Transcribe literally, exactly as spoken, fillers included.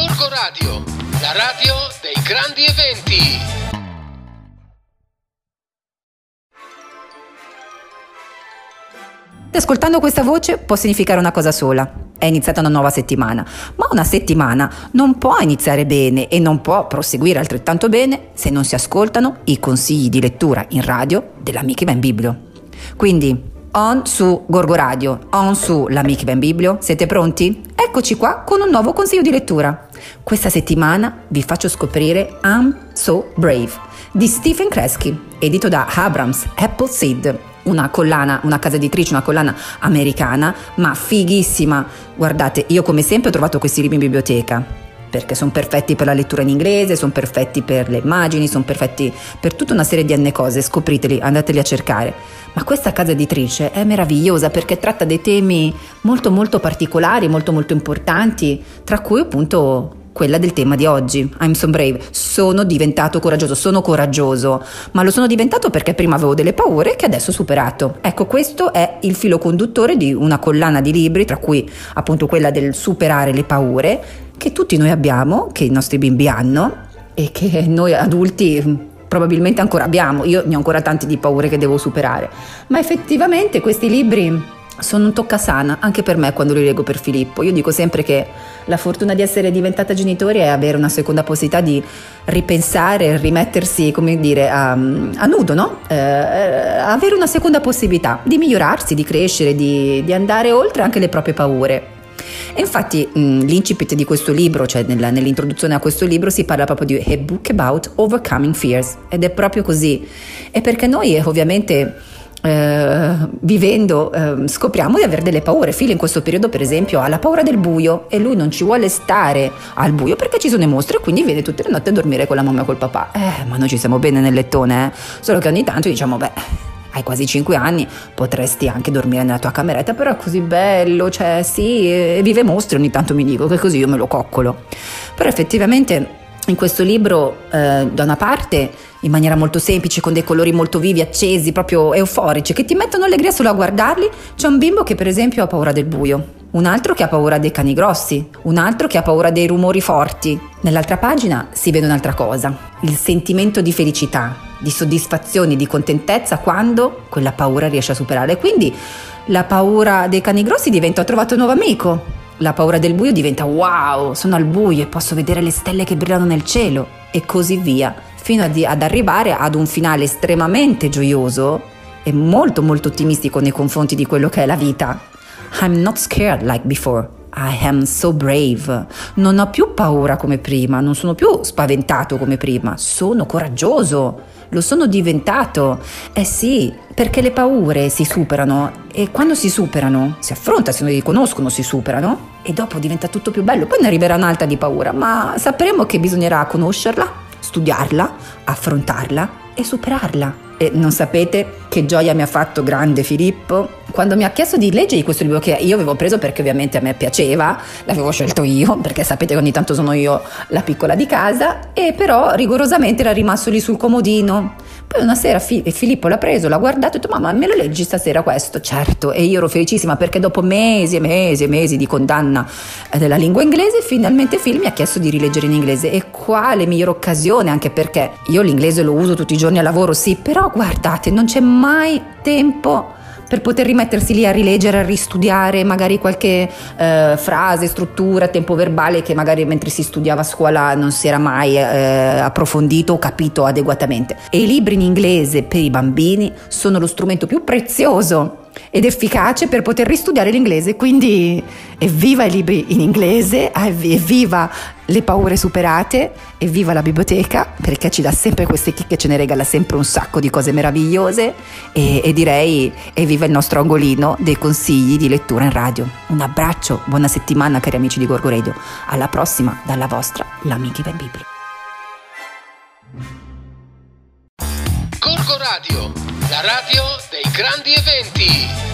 Gorgo Radio, la radio dei grandi eventi. Ascoltando questa voce può significare una cosa sola: è iniziata una nuova settimana. Ma una settimana non può iniziare bene e non può proseguire altrettanto bene se non si ascoltano i consigli di lettura in radio dell'Amici Ben Biblio. Quindi on su Gorgo Radio, on su l'Amici Ben Biblio. Siete pronti? Eccoci qua con un nuovo consiglio di lettura. Questa settimana vi faccio scoprire I'm So Brave di Stephen Kresge, edito da Abrams Appleseed, una collana, una casa editrice, una collana americana, ma fighissima. Guardate, io come sempre ho trovato questi libri in biblioteca, perché sono perfetti per la lettura in inglese, sono perfetti per le immagini, sono perfetti per tutta una serie di anne cose. Scopriteli, andateli a cercare. Ma questa casa editrice è meravigliosa perché tratta dei temi molto molto particolari, molto molto importanti, tra cui appunto quella del tema di oggi, I'm so brave. Sono diventato coraggioso, sono coraggioso, ma lo sono diventato perché prima avevo delle paure che adesso ho superato. Ecco, questo è il filo conduttore di una collana di libri, tra cui appunto quella del superare le paure, che tutti noi abbiamo, che i nostri bimbi hanno e che noi adulti probabilmente ancora abbiamo. Io ne ho ancora tanti di paure che devo superare, ma effettivamente questi libri sono un toccasana anche per me quando li leggo per Filippo. Io dico sempre che la fortuna di essere diventata genitori è avere una seconda possibilità di ripensare, rimettersi, come dire, a, a nudo, no? Eh, avere una seconda possibilità di migliorarsi, di crescere, di, di andare oltre anche le proprie paure. E infatti mh, l'incipit di questo libro, cioè nella, nell'introduzione a questo libro, si parla proprio di A Book About Overcoming Fears, ed è proprio così. E perché noi ovviamente eh, vivendo eh, scopriamo di avere delle paure. Phil in questo periodo per esempio ha la paura del buio e lui non ci vuole stare al buio perché ci sono i mostri, e quindi viene tutte le notti a dormire con la mamma e col papà. Eh, ma noi ci siamo bene nel lettone, eh? Solo che ogni tanto diciamo, beh, hai quasi cinque anni, potresti anche dormire nella tua cameretta, però è così bello, cioè sì, e vive mostri, ogni tanto mi dico che così io me lo coccolo. Però effettivamente in questo libro, eh, da una parte, in maniera molto semplice, con dei colori molto vivi, accesi, proprio euforici, che ti mettono allegria solo a guardarli, c'è un bimbo che per esempio ha paura del buio, un altro che ha paura dei cani grossi, un altro che ha paura dei rumori forti. Nell'altra pagina si vede un'altra cosa, il sentimento di felicità, di soddisfazione, di contentezza quando quella paura riesce a superare. Quindi la paura dei cani grossi diventa ho trovato un nuovo amico, la paura del buio diventa wow, sono al buio e posso vedere le stelle che brillano nel cielo, e così via, fino ad, ad arrivare ad un finale estremamente gioioso e molto molto ottimistico nei confronti di quello che è la vita. I'm not scared like before. I am so brave. Non ho più paura come prima, non sono più spaventato come prima, sono coraggioso. Lo sono diventato. Eh sì, perché le paure si superano, e quando si superano, si affrontano, si riconoscono, si superano, e dopo diventa tutto più bello. Poi ne arriverà un'altra di paura, ma sapremo che bisognerà conoscerla, studiarla, affrontarla e superarla. E non sapete che gioia mi ha fatto grande Filippo quando mi ha chiesto di leggere questo libro, che io avevo preso perché ovviamente a me piaceva, l'avevo scelto io perché sapete che ogni tanto sono io la piccola di casa, e però rigorosamente era rimasto lì sul comodino. Poi una sera Fi- Filippo l'ha preso, l'ha guardato e ha detto mamma, me lo leggi stasera questo? Certo. E io ero felicissima perché dopo mesi e mesi e mesi di condanna della lingua inglese finalmente Phil mi ha chiesto di rileggere in inglese. E quale migliore occasione, anche perché io l'inglese lo uso tutti i giorni al lavoro, sì, però guardate, non c'è mai tempo per poter rimettersi lì a rileggere, a ristudiare magari qualche eh, frase, struttura, tempo verbale che magari mentre si studiava a scuola non si era mai eh, approfondito o capito adeguatamente. E i libri in inglese per i bambini sono lo strumento più prezioso ed efficace per poter ristudiare l'inglese. Quindi evviva i libri in inglese, evviva le paure superate, evviva la biblioteca, perché ci dà sempre queste chicche, ce ne regala sempre un sacco di cose meravigliose, e, e direi evviva il nostro angolino dei consigli di lettura in radio. Un abbraccio, buona settimana cari amici di Gorgo Radio, alla prossima dalla vostra l'Amici Ben Biblio. Gorgo Radio, la radio dei grandi eventi.